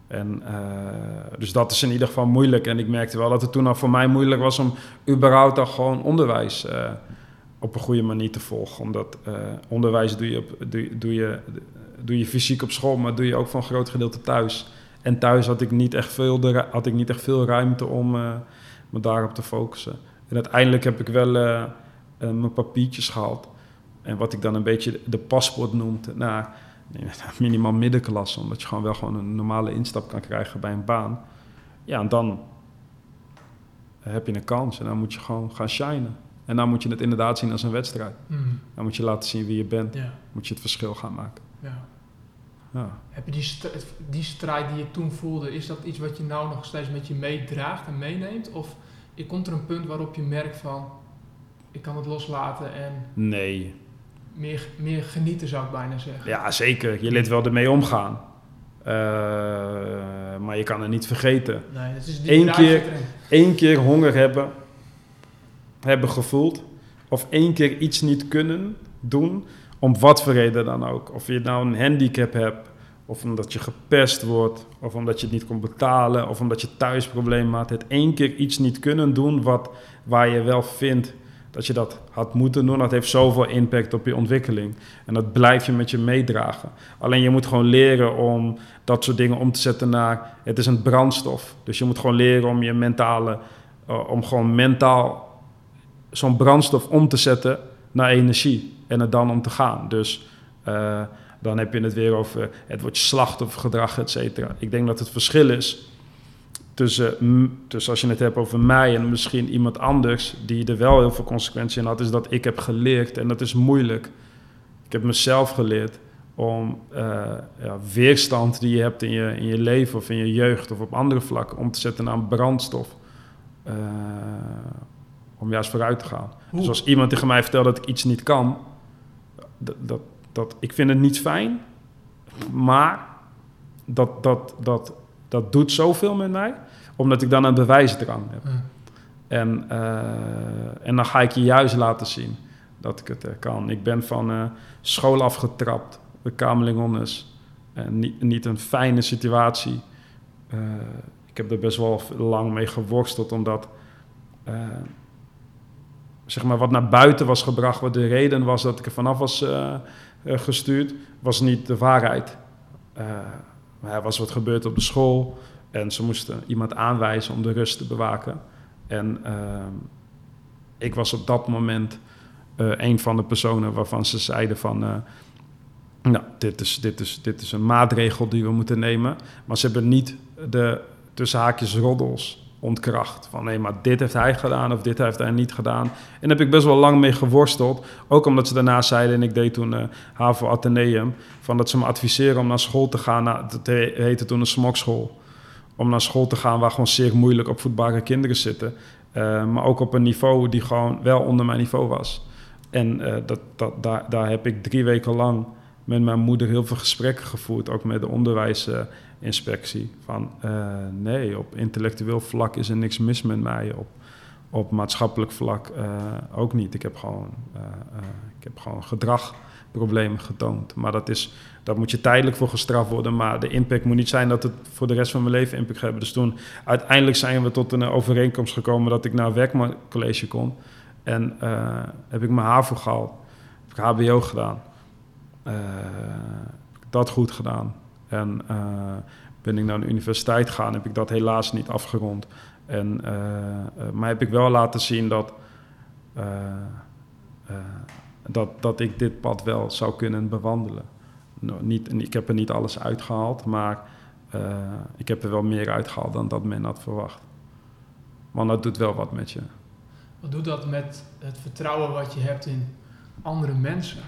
Dus dat is in ieder geval moeilijk. En ik merkte wel dat het toen al voor mij moeilijk was om überhaupt al gewoon onderwijs op een goede manier te volgen. Omdat onderwijs doe je fysiek op school, maar doe je ook voor een groot gedeelte thuis. En thuis had ik niet echt veel ruimte om me daarop te focussen. En uiteindelijk heb ik wel mijn papiertjes gehaald. En wat ik dan een beetje de paspoort noemt naar minimaal middenklasse. Omdat je gewoon een normale instap kan krijgen bij een baan. Ja, en dan heb je een kans. En dan moet je gewoon gaan shinen. En dan moet je het inderdaad zien als een wedstrijd. Dan moet je laten zien wie je bent. Ja. Moet je het verschil gaan maken. Ja. Ja. Heb je die strijd die je toen voelde, is dat iets wat je nou nog steeds met je meedraagt en meeneemt? Of komt er een punt waarop je merkt van, ik kan het loslaten en... Nee. Meer genieten, zou ik bijna zeggen. Ja, zeker. Je leert wel ermee omgaan. Maar je kan het niet vergeten. Nee, het is Eén keer honger hebben gevoeld. Of 1 keer iets niet kunnen doen. Om wat voor reden dan ook. Of je nou een handicap hebt. Of omdat je gepest wordt. Of omdat je het niet kon betalen. Of omdat je thuis problemen had. Het 1 keer iets niet kunnen doen waar je wel vindt dat je dat had moeten doen. Dat heeft zoveel impact op je ontwikkeling. En dat blijf je met je meedragen. Alleen je moet gewoon leren om dat soort dingen om te zetten naar... Het is een brandstof. Dus je moet gewoon leren om je om gewoon mentaal zo'n brandstof om te zetten naar energie. En er dan om te gaan. Dus dan heb je het weer over het wordt slachtoffergedrag, et cetera. Ik denk dat het verschil is tussen als je het hebt over mij en misschien iemand anders die er wel heel veel consequenties in had, is dat ik heb geleerd, en dat is moeilijk. Ik heb mezelf geleerd om weerstand die je hebt in je leven of in je jeugd of op andere vlakken om te zetten naar een brandstof. Om juist vooruit te gaan. Dus als iemand tegen mij vertelt dat ik iets niet kan, ik vind het niet fijn, maar dat doet zoveel met mij, omdat ik dan een bewijsdrang heb. En dan ga ik je juist laten zien dat ik het kan. Ik ben van school afgetrapt, de Kamerlingonners. Niet een fijne situatie. Ik heb er best wel lang mee geworsteld, omdat zeg maar wat naar buiten was gebracht, wat de reden was dat ik er vanaf was gestuurd, was niet de waarheid. Er was wat gebeurd op de school en ze moesten iemand aanwijzen om de rust te bewaken. En ik was op dat moment een van de personen waarvan ze zeiden van... dit is een maatregel die we moeten nemen. Maar ze hebben niet de tussen haakjes roddels ontkracht. Van nee, maar dit heeft hij gedaan of dit heeft hij niet gedaan. En daar heb ik best wel lang mee geworsteld. Ook omdat ze daarna zeiden, en ik deed toen HAVO Atheneum, van dat ze me adviseren om naar school te gaan. Dat heette toen een smokschool. Om naar school te gaan waar gewoon zeer moeilijk opvoedbare kinderen zitten. Maar ook op een niveau die gewoon wel onder mijn niveau was. En daar heb ik 3 weken lang met mijn moeder heel veel gesprekken gevoerd. Ook met de onderwijsinspectie. Van nee, op intellectueel vlak is er niks mis met mij. Op maatschappelijk vlak ook niet. Ik heb gewoon gedragproblemen getoond. Maar daar moet je tijdelijk voor gestraft worden. Maar de impact moet niet zijn dat het voor de rest van mijn leven impact hebben. Dus toen uiteindelijk zijn we tot een overeenkomst gekomen dat ik naar een werkcollege kon. En heb ik mijn HAVO gehaald. Heb ik HBO gedaan. Dat goed gedaan. En ben ik naar de universiteit gegaan. Heb ik dat helaas niet afgerond. Maar heb ik wel laten zien dat ik dit pad wel zou kunnen bewandelen. Ik heb er niet alles uitgehaald, maar ik heb er wel meer uitgehaald dan dat men had verwacht. Want dat doet wel wat met je. Wat doet dat met het vertrouwen wat je hebt in andere mensen?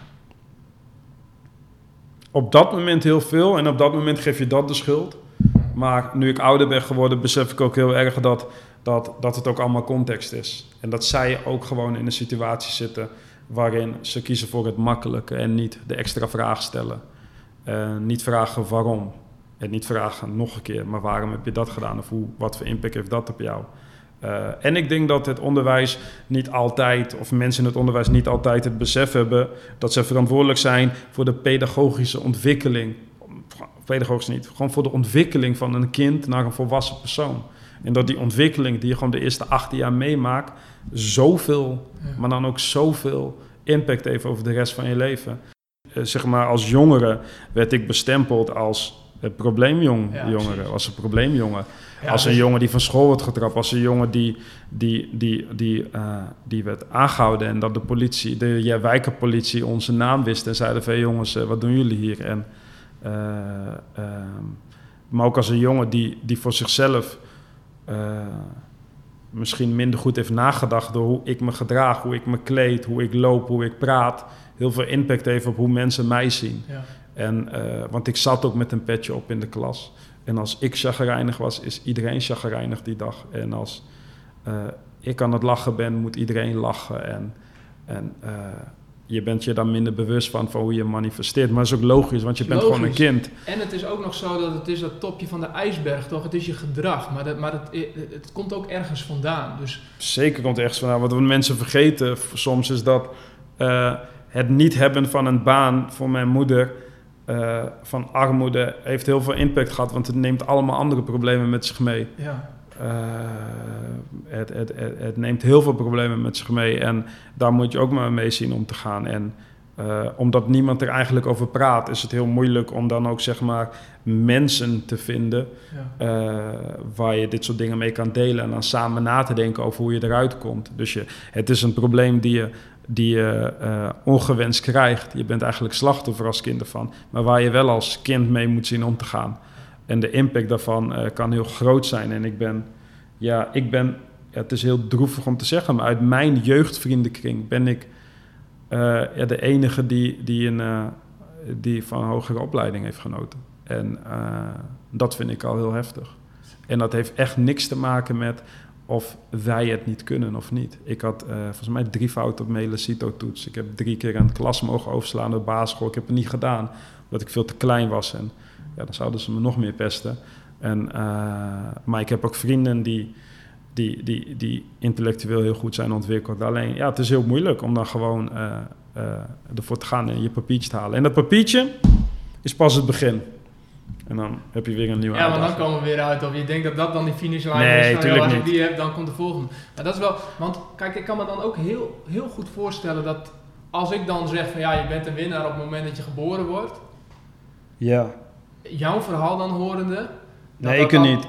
Op dat moment heel veel en op dat moment geef je dat de schuld. Maar nu ik ouder ben geworden, besef ik ook heel erg dat het ook allemaal context is. En dat zij ook gewoon in een situatie zitten waarin ze kiezen voor het makkelijke en niet de extra vraag stellen. Niet vragen waarom. En niet vragen nog een keer, maar waarom heb je dat gedaan? Of wat voor impact heeft dat op jou? En ik denk dat het onderwijs niet altijd, of mensen in het onderwijs niet altijd het besef hebben dat ze verantwoordelijk zijn voor de pedagogische ontwikkeling. Pedagogisch niet, gewoon voor de ontwikkeling van een kind naar een volwassen persoon. En dat die ontwikkeling die je gewoon de eerste 18 jaar meemaakt, zoveel, maar dan ook zoveel impact heeft over de rest van je leven. Zeg maar als jongere werd ik bestempeld als probleemjongere, als een probleemjongen. Ja, als een jongen die van school wordt getrapt, als een jongen die werd aangehouden en dat de politie, de wijkenpolitie onze naam wist en zeiden van jongens, wat doen jullie hier? En, maar ook als een jongen die voor zichzelf misschien minder goed heeft nagedacht door hoe ik me gedraag, hoe ik me kleed, hoe ik loop, hoe ik praat, heel veel impact heeft op hoe mensen mij zien. Ja. En, want ik zat ook met een petje op in de klas. En als ik chagrijnig was, is iedereen chagrijnig die dag. En als ik aan het lachen ben, moet iedereen lachen. En je bent je dan minder bewust van hoe je manifesteert. Maar dat is ook logisch, want je bent gewoon een kind. En het is ook nog zo dat het is dat topje van de ijsberg, toch? Het is je gedrag, maar het komt ook ergens vandaan. Dus... Zeker komt het ergens vandaan. Wat mensen vergeten soms is dat het niet hebben van een baan voor mijn moeder... van armoede heeft heel veel impact gehad, want het neemt allemaal andere problemen met zich mee. Ja. Het neemt heel veel problemen met zich mee en daar moet je ook maar mee zien om te gaan. En omdat niemand er eigenlijk over praat, is het heel moeilijk om dan ook zeg maar mensen te vinden waar je dit soort dingen mee kan delen en dan samen na te denken over hoe je eruit komt. Dus het is een probleem die je ongewenst krijgt. Je bent eigenlijk slachtoffer als kind ervan, maar waar je wel als kind mee moet zien om te gaan. En de impact daarvan kan heel groot zijn. En ik ben, het is heel droevig om te zeggen, maar uit mijn jeugdvriendenkring ben ik de enige die van een hogere opleiding heeft genoten. En dat vind ik al heel heftig. En dat heeft echt niks te maken met of wij het niet kunnen of niet. Ik had volgens mij 3 fouten op mijn hele CITO-toets. Ik heb 3 keer een klas mogen overslaan op basisschool. Ik heb het niet gedaan, omdat ik veel te klein was. En ja, dan zouden ze me nog meer pesten. Maar ik heb ook vrienden die intellectueel heel goed zijn ontwikkeld. Alleen, ja, het is heel moeilijk om dan gewoon ervoor te gaan en je papiertje te halen. En dat papiertje is pas het begin. En dan heb je weer een nieuwe uitdaging. Ja, maar dan komen we weer uit. Of je denkt dat dat dan die finishlijn is. Nee, als ik die heb, dan komt de volgende. Maar dat is wel... Want kijk, ik kan me dan ook heel, heel goed voorstellen dat... Als ik dan zeg van ja, je bent een winnaar op het moment dat je geboren wordt. Ja. Jouw verhaal dan horende... Nee, ik niet.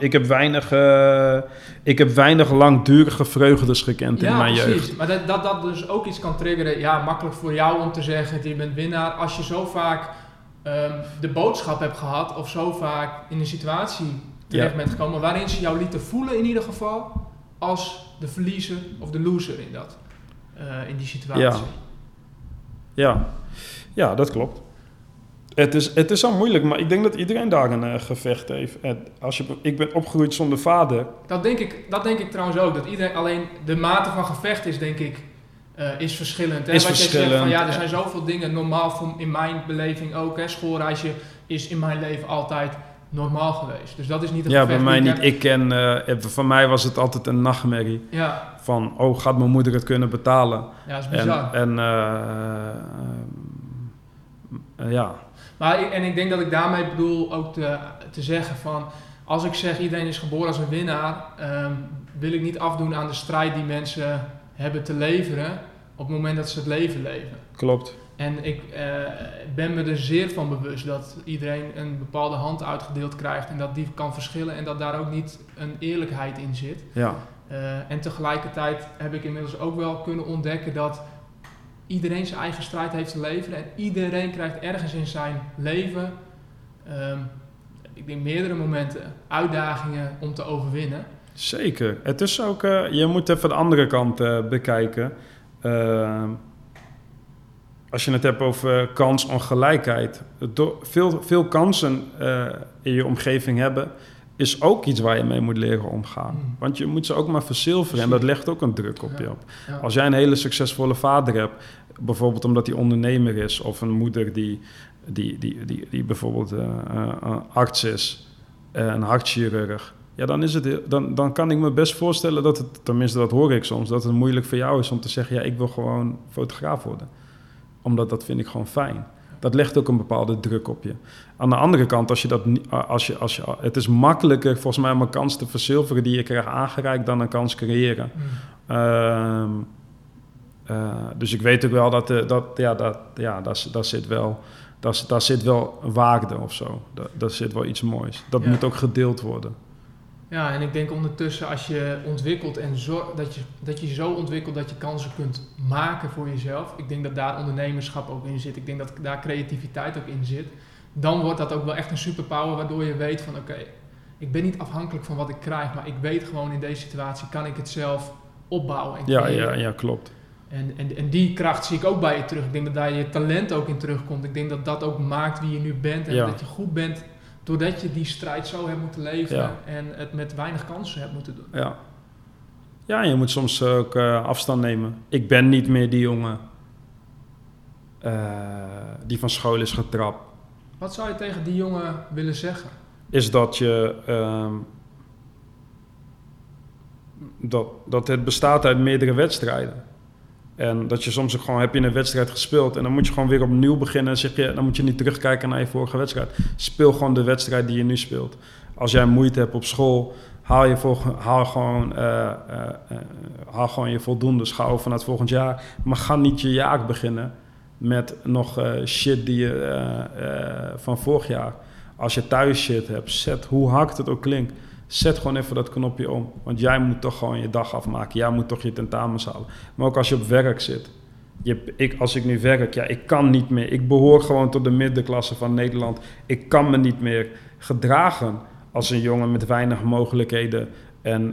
Ik heb weinig langdurige vreugdes gekend in mijn jeugd. Ja, precies. Maar dat dus ook iets kan triggeren. Ja, makkelijk voor jou om te zeggen, je bent winnaar. Als je zo vaak de boodschap hebt gehad of zo vaak in een situatie terecht bent gekomen, waarin ze jou lieten voelen in ieder geval als de verliezer of de loser in die situatie. Ja, dat klopt. Het is zo moeilijk, maar ik denk dat iedereen daar een gevecht heeft. Ik ben opgegroeid zonder vader. Dat denk ik trouwens ook. Dat iedereen, alleen de mate van gevecht is, denk ik, is verschillend. Hè? Is Wat verschillend. jij zegt, er zijn zoveel dingen normaal, in mijn beleving ook. Hè? Schoolreisje is in mijn leven altijd normaal geweest. Dus dat is niet een gevecht. Ja, bij mij niet. Voor mij was het altijd een nachtmerrie. Ja. Van, gaat mijn moeder het kunnen betalen? Ja, dat is bizar. Ja. Maar ik denk dat ik daarmee bedoel ook te zeggen van, als ik zeg iedereen is geboren als een winnaar, wil ik niet afdoen aan de strijd die mensen hebben te leveren op het moment dat ze het leven leven. Klopt. En ik ben me er zeer van bewust dat iedereen een bepaalde hand uitgedeeld krijgt en dat die kan verschillen en dat daar ook niet een eerlijkheid in zit. Ja. En tegelijkertijd heb ik inmiddels ook wel kunnen ontdekken dat iedereen zijn eigen strijd heeft te leveren en iedereen krijgt ergens in zijn leven, ik denk meerdere momenten, uitdagingen om te overwinnen. Zeker. Het is ook, je moet even de andere kant bekijken. Als je het hebt over kansongelijkheid. Veel kansen in je omgeving hebben, is ook iets waar je mee moet leren omgaan. Want je moet ze ook maar verzilveren en dat legt ook een druk op je op. Ja. Als jij een hele succesvolle vader hebt, bijvoorbeeld omdat hij ondernemer is, of een moeder die bijvoorbeeld arts is, een hartchirurg, ja, dan kan ik me best voorstellen dat het, tenminste dat hoor ik soms, dat het moeilijk voor jou is om te zeggen, ja, ik wil gewoon fotograaf worden. Omdat dat vind ik gewoon fijn. Dat legt ook een bepaalde druk op je. Aan de andere kant, het is makkelijker volgens mij om een kans te verzilveren die je krijgt aangereikt dan een kans creëren. Dus ik weet ook wel daar zit wel waarde of zo. Daar zit wel iets moois. Dat moet ook gedeeld worden. Ja, en ik denk ondertussen als je ontwikkelt en dat je zo ontwikkelt dat je kansen kunt maken voor jezelf. Ik denk dat daar ondernemerschap ook in zit. Ik denk dat daar creativiteit ook in zit. Dan wordt dat ook wel echt een superpower waardoor je weet van oké, ik ben niet afhankelijk van wat ik krijg, maar ik weet gewoon in deze situatie kan ik het zelf opbouwen. Ja, klopt. En die kracht zie ik ook bij je terug. Ik denk dat daar je talent ook in terugkomt. Ik denk dat dat ook maakt wie je nu bent en dat je goed bent doordat je die strijd zo hebt moeten leven en het met weinig kansen hebt moeten doen. Ja, en je moet soms ook afstand nemen. Ik ben niet meer die jongen die van school is getrapt. Wat zou je tegen die jongen willen zeggen? Is dat je dat het bestaat uit meerdere wedstrijden. En dat je soms ook gewoon, heb je een wedstrijd gespeeld en dan moet je gewoon weer opnieuw beginnen en zeg je, dan moet je niet terugkijken naar je vorige wedstrijd. Speel gewoon de wedstrijd die je nu speelt. Als jij moeite hebt op school, haal gewoon je voldoendes, ga over naar het volgend jaar. Maar ga niet je jaar beginnen met nog shit die je van vorig jaar. Als je thuis shit hebt, hoe hard het ook klinkt, zet gewoon even dat knopje om. Want jij moet toch gewoon je dag afmaken. Jij moet toch je tentamens halen. Maar ook als je op werk zit. Als ik nu werk, ik kan niet meer. Ik behoor gewoon tot de middenklasse van Nederland. Ik kan me niet meer gedragen als een jongen met weinig mogelijkheden. En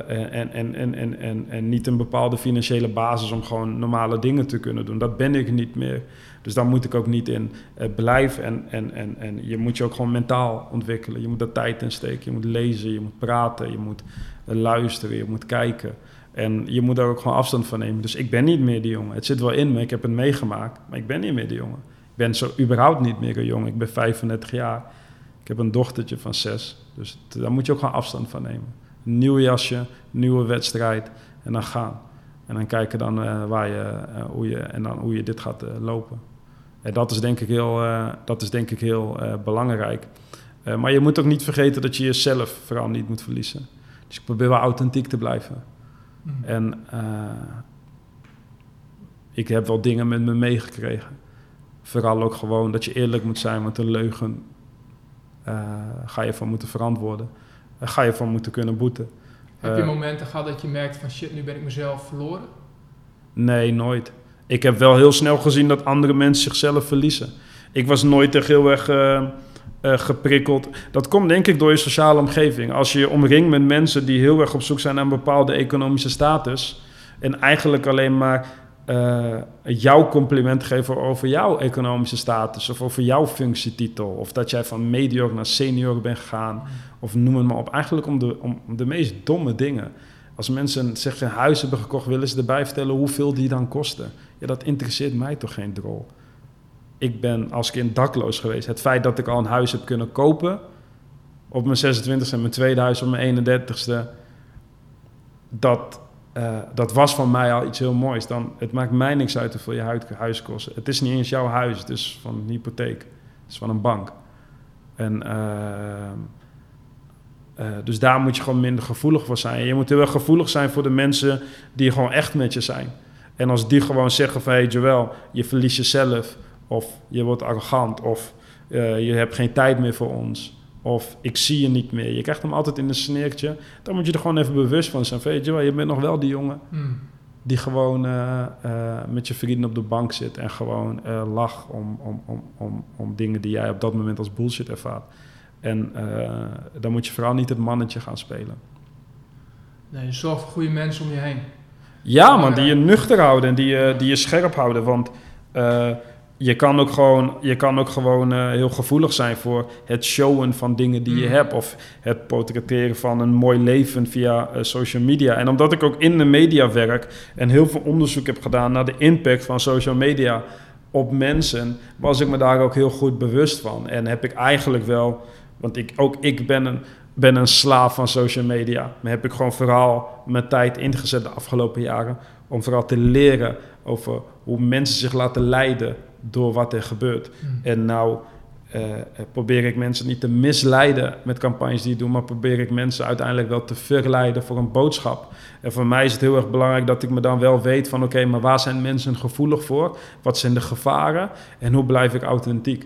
niet een bepaalde financiële basis om gewoon normale dingen te kunnen doen. Dat ben ik niet meer. Dus daar moet ik ook niet in blijven. En je moet je ook gewoon mentaal ontwikkelen. Je moet daar tijd in steken. Je moet lezen, je moet praten, je moet luisteren, je moet kijken. En je moet daar ook gewoon afstand van nemen. Dus ik ben niet meer die jongen. Het zit wel in me, ik heb het meegemaakt. Maar ik ben niet meer die jongen. Ik ben zo überhaupt niet meer een jongen. Ik ben 35 jaar. Ik heb een dochtertje van 6. Dus daar moet je ook gewoon afstand van nemen. Een nieuw jasje, nieuwe wedstrijd en dan gaan. En dan kijken dan hoe je dit gaat lopen. En dat is denk ik heel belangrijk. Maar je moet ook niet vergeten dat je jezelf vooral niet moet verliezen. Dus ik probeer wel authentiek te blijven. En ik heb wel dingen met me meegekregen. Vooral ook gewoon dat je eerlijk moet zijn, want een leugen ga je van moeten verantwoorden. Ga je van moeten kunnen boeten. Heb je momenten gehad dat je merkt van shit, nu ben ik mezelf verloren? Nee, nooit. Ik heb wel heel snel gezien dat andere mensen zichzelf verliezen. Ik was nooit echt heel erg geprikkeld. Dat komt denk ik door je sociale omgeving. Als je je omringt met mensen die heel erg op zoek zijn naar een bepaalde economische status en eigenlijk alleen maar jouw compliment geven over jouw economische status of over jouw functietitel of dat jij van medior naar senior bent gegaan of noem het maar op. Eigenlijk om de meest domme dingen. Als mensen zeggen een huis hebben gekocht, willen ze erbij vertellen hoeveel die dan kosten. Ja, dat interesseert mij toch geen drol. Ik ben als kind dakloos geweest. Het feit dat ik al een huis heb kunnen kopen op mijn 26e en mijn tweede huis op mijn 31ste, dat was van mij al iets heel moois. Het maakt mij niks uit hoeveel je huis kost. Het is niet eens jouw huis, het is van een hypotheek. Het is van een bank. En dus daar moet je gewoon minder gevoelig voor zijn. En je moet heel erg gevoelig zijn voor de mensen die gewoon echt met je zijn. En als die gewoon zeggen van, hey Joël, je verliest jezelf, of je wordt arrogant, of je hebt geen tijd meer voor ons, of ik zie je niet meer. Je krijgt hem altijd in een sneertje. Dan moet je er gewoon even bewust van zijn. Van, hey Joël, je bent nog wel die jongen die gewoon met je vrienden op de bank zit en gewoon lacht om dingen die jij op dat moment als bullshit ervaart. En dan moet je vooral niet het mannetje gaan spelen. Nee, zorg voor goede mensen om je heen. Ja, man, die je nuchter houden en die je scherp houden. Want je kan ook gewoon heel gevoelig zijn voor het showen van dingen die je hebt. Of het portretteren van een mooi leven via social media. En omdat ik ook in de media werk en heel veel onderzoek heb gedaan naar de impact van social media op mensen, was ik me daar ook heel goed bewust van. En heb ik eigenlijk wel, want ik ben een slaaf van social media. Maar heb ik gewoon vooral mijn tijd ingezet de afgelopen jaren om vooral te leren over hoe mensen zich laten leiden door wat er gebeurt. En nou probeer ik mensen niet te misleiden met campagnes die ik doe, maar probeer ik mensen uiteindelijk wel te verleiden voor een boodschap. En voor mij is het heel erg belangrijk dat ik me dan wel weet van oké, maar waar zijn mensen gevoelig voor? Wat zijn de gevaren? En hoe blijf ik authentiek?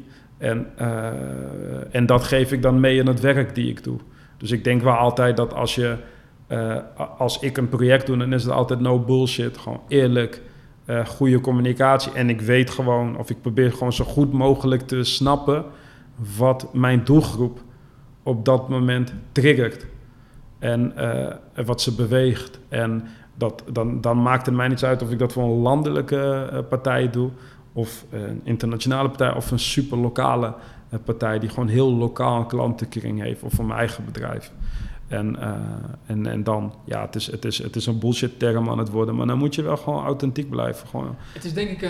En dat geef ik dan mee in het werk die ik doe. Dus ik denk wel altijd dat als ik een project doe, dan is het altijd no bullshit. Gewoon eerlijk, goede communicatie. En ik weet gewoon, of ik probeer gewoon zo goed mogelijk te snappen wat mijn doelgroep op dat moment triggert. En wat ze beweegt. En dan maakt het mij niets uit of ik dat voor een landelijke partij doe, of een internationale partij, of een super lokale partij die gewoon heel lokaal een klantenkring heeft, of voor mijn eigen bedrijf. En dan, ja, het is een bullshit term aan het worden, maar dan moet je wel gewoon authentiek blijven. Gewoon. Het is denk ik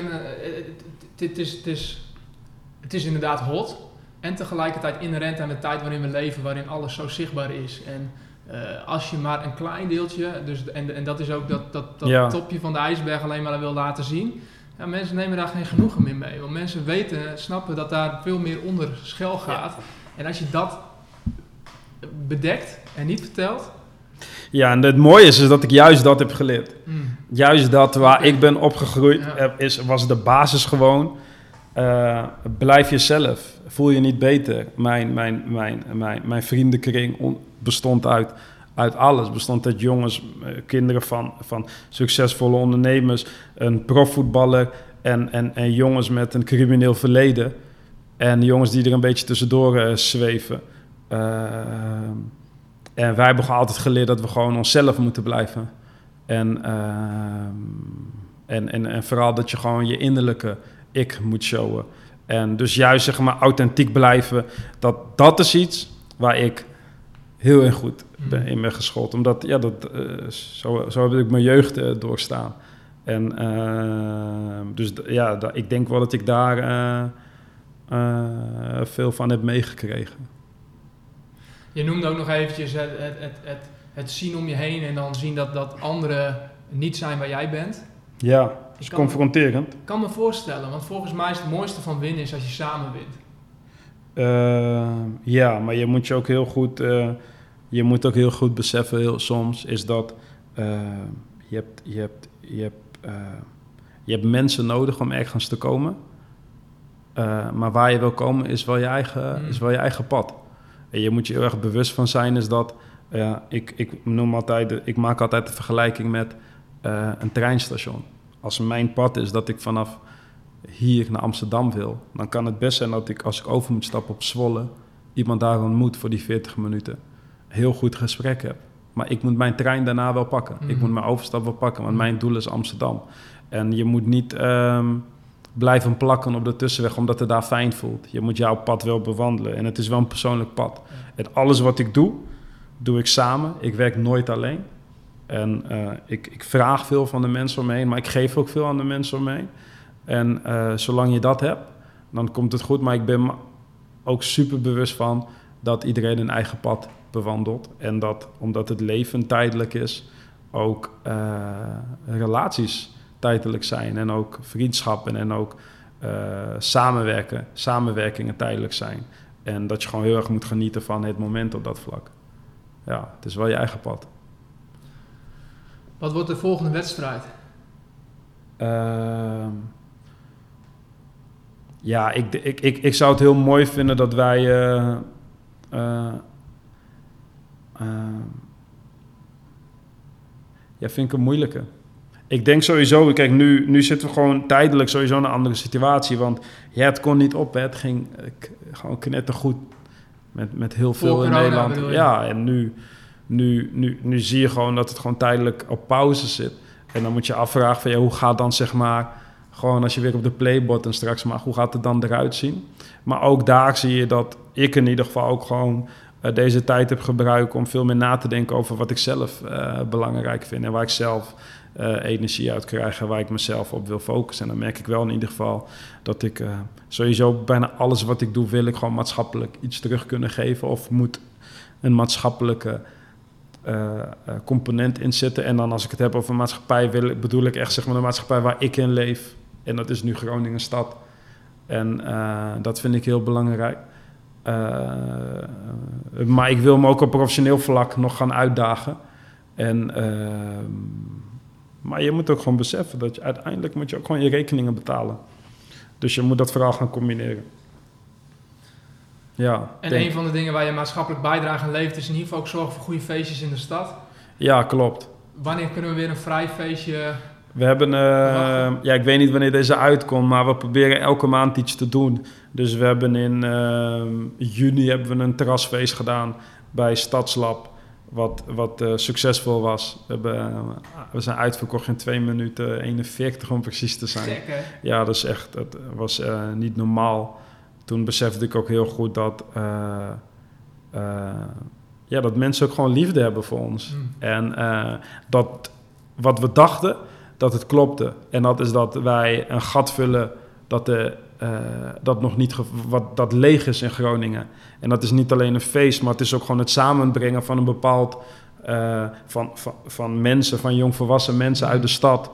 het is inderdaad hot en tegelijkertijd inherent aan de tijd waarin we leven, waarin alles zo zichtbaar is. En als je maar een klein deeltje, en dat is ook dat topje van de ijsberg alleen maar wil laten zien. Ja, mensen nemen daar geen genoegen meer mee. Want mensen snappen dat daar veel meer onder schuil gaat. Ja. En als je dat bedekt en niet vertelt. Ja, en het mooie is dat ik juist dat heb geleerd. Juist dat waar ik ben opgegroeid, was de basis gewoon. Blijf jezelf. Voel je niet beter. Mijn vriendenkring bestond uit alles. Bestond uit jongens, kinderen van succesvolle ondernemers, een profvoetballer en jongens met een crimineel verleden. En jongens die er een beetje tussendoor zweven. En wij hebben altijd geleerd dat we gewoon onszelf moeten blijven. En vooral dat je gewoon je innerlijke ik moet showen. En dus juist zeg maar authentiek blijven, dat is iets waar ik heel erg goed in ben geschoold. Omdat, zo heb ik mijn jeugd doorstaan. En dus ik denk wel dat ik daar veel van heb meegekregen. Je noemde ook nog eventjes het zien om je heen en dan zien dat anderen niet zijn waar jij bent. Ja, dat is confronterend. Ik kan me voorstellen, want volgens mij is het mooiste van winnen is als je samen wint. Ja, maar je moet je ook heel goed... je moet ook heel goed beseffen, soms, is dat je hebt mensen nodig om ergens te komen. Maar waar je wil komen is wel je eigen pad. En je moet je heel erg bewust van zijn, is dat... ik maak altijd de vergelijking met een treinstation. Als mijn pad is dat ik vanaf hier naar Amsterdam wil, dan kan het best zijn dat als ik over moet stappen op Zwolle, iemand daar ontmoet voor die 40 minuten. Heel goed gesprek heb. Maar ik moet mijn trein daarna wel pakken. Ik moet mijn overstap wel pakken, want mijn doel is Amsterdam. En je moet niet blijven plakken op de tussenweg omdat het daar fijn voelt. Je moet jouw pad wel bewandelen. En het is wel een persoonlijk pad. En alles wat ik doe ik samen. Ik werk nooit alleen. En ik vraag veel van de mensen om me heen, maar ik geef ook veel aan de mensen om me heen. En zolang je dat hebt, dan komt het goed. Maar ik ben ook super bewust van dat iedereen een eigen pad bewandelt. En dat, omdat het leven tijdelijk is, ook relaties tijdelijk zijn. En ook vriendschappen en ook samenwerkingen tijdelijk zijn. En dat je gewoon heel erg moet genieten van het moment op dat vlak. Ja, het is wel je eigen pad. Wat wordt de volgende wedstrijd? Ja, ik zou het heel mooi vinden dat wij... ja, vind ik een moeilijke. Ik denk sowieso, kijk, nu zitten we gewoon tijdelijk sowieso in een andere situatie. Want ja, het kon niet op, hè. Het ging gewoon knettergoed met heel veel in Nederland. Ja, en nu zie je gewoon dat het gewoon tijdelijk op pauze zit. En dan moet je afvragen van, ja, hoe gaat dan zeg maar... Gewoon als je weer op de playbutton straks mag, hoe gaat het dan eruit zien? Maar ook daar zie je dat ik in ieder geval ook gewoon deze tijd heb gebruikt om veel meer na te denken over wat ik zelf belangrijk vind. En waar ik zelf energie uit krijg en waar ik mezelf op wil focussen. En dan merk ik wel in ieder geval dat ik sowieso bijna alles wat ik doe, wil ik gewoon maatschappelijk iets terug kunnen geven. Of moet een maatschappelijke component in zitten. En dan als ik het heb over maatschappij, bedoel ik echt zeg maar de maatschappij waar ik in leef. En dat is nu Groningen stad. En dat vind ik heel belangrijk. Maar ik wil me ook op professioneel vlak nog gaan uitdagen. Maar je moet ook gewoon beseffen dat je uiteindelijk moet je ook gewoon je rekeningen betalen. Dus je moet dat vooral gaan combineren. Ja, en een van de dingen waar je maatschappelijk bijdrage aan levert is in ieder geval ook zorgen voor goede feestjes in de stad. Ja, klopt. Wanneer kunnen we weer een vrij feestje... We hebben, ja, ik weet niet wanneer deze uitkomt, maar we proberen elke maand iets te doen. Dus we hebben in juni hebben we een terrasfeest gedaan bij Stadslab, wat succesvol was. We zijn uitverkocht in 2 minuten 41 om precies te zijn. Check, hè? Ja, dat is echt, het was niet normaal. Toen besefte ik ook heel goed dat, dat mensen ook gewoon liefde hebben voor ons. En dat wat we dachten, dat het klopte. En dat is dat wij een gat vullen dat nog niet dat leeg is in Groningen. En dat is niet alleen een feest, maar het is ook gewoon het samenbrengen van een bepaald van mensen, van jongvolwassen mensen uit de stad.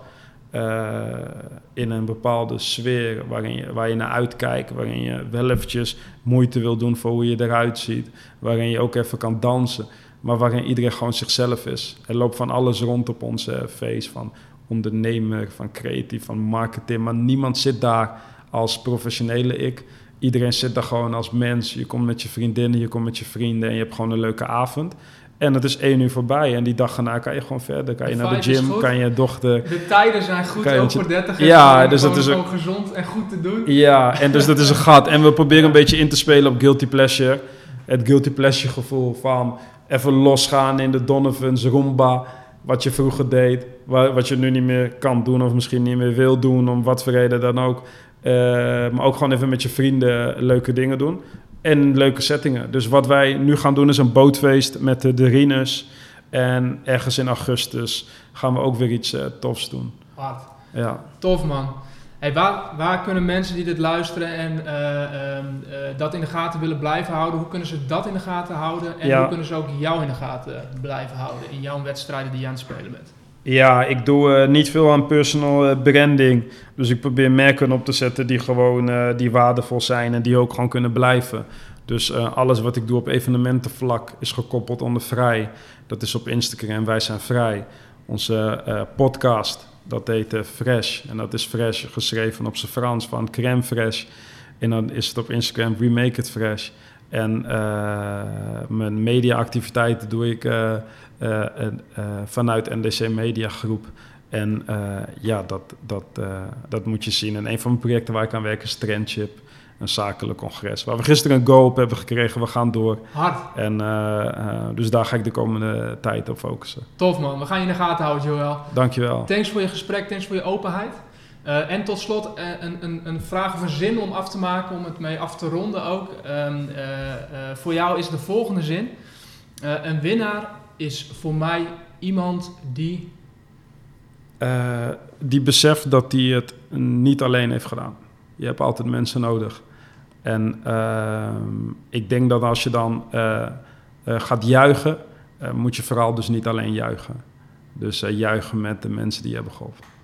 In een bepaalde sfeer waar je naar uitkijkt, waarin je wel eventjes moeite wil doen voor hoe je eruit ziet, waarin je ook even kan dansen, maar waarin iedereen gewoon zichzelf is. Er loopt van alles rond op onze feest, van ondernemer, van creatief, van marketing, maar niemand zit daar als professionele ik. Iedereen zit daar gewoon als mens. Je komt met je vriendinnen, je komt met je vrienden en je hebt gewoon een leuke avond. En het is 1 uur voorbij en die dag erna kan je gewoon verder. Kan je naar de gym, kan je dochter... De tijden zijn goed, ook voor 30. Ja, dus dat is gewoon gezond en goed te doen. Ja, en dus dat is een gat. En we proberen een beetje in te spelen op guilty pleasure. Het guilty pleasure gevoel van even losgaan in de Donovan's, Roomba, wat je vroeger deed, wat je nu niet meer kan doen of misschien niet meer wil doen, om wat voor reden dan ook. Maar ook gewoon even met je vrienden leuke dingen doen. En leuke settingen. Dus wat wij nu gaan doen is een bootfeest met de Rines. En ergens in augustus gaan we ook weer iets tofs doen. Hard. Ja. Tof, man. Hey, waar kunnen mensen die dit luisteren en dat in de gaten willen blijven houden, hoe kunnen ze dat in de gaten houden? En hoe kunnen ze ook jou in de gaten blijven houden in jouw wedstrijden die je aan het spelen bent? Ja, ik doe niet veel aan personal branding. Dus ik probeer merken op te zetten die gewoon die waardevol zijn en die ook gewoon kunnen blijven. Dus alles wat ik doe op evenementenvlak is gekoppeld onder vrij. Dat is op Instagram, wij zijn vrij. Onze podcast, dat heet Fresh. En dat is Fresh geschreven op zijn Frans van crème fraîche. En dan is het op Instagram We Make It Fresh. En mijn mediaactiviteiten doe ik vanuit NDC Media Groep. En dat moet je zien. En een van mijn projecten waar ik aan werk is Trendship. een zakelijk congres. Waar we gisteren een go op hebben gekregen. We gaan door. Hard. En dus daar ga ik de komende tijd op focussen. Tof man, we gaan je in de gaten houden, Joël. Dankjewel. Thanks voor je gesprek, thanks voor je openheid. En tot slot een vraag of een zin om af te maken, om het mee af te ronden ook. Voor jou is de volgende zin. Een winnaar is voor mij iemand die... Die beseft dat hij het niet alleen heeft gedaan. Je hebt altijd mensen nodig. En ik denk dat als je dan gaat juichen, moet je vooral dus niet alleen juichen. Dus juichen met de mensen die je hebben geholpen.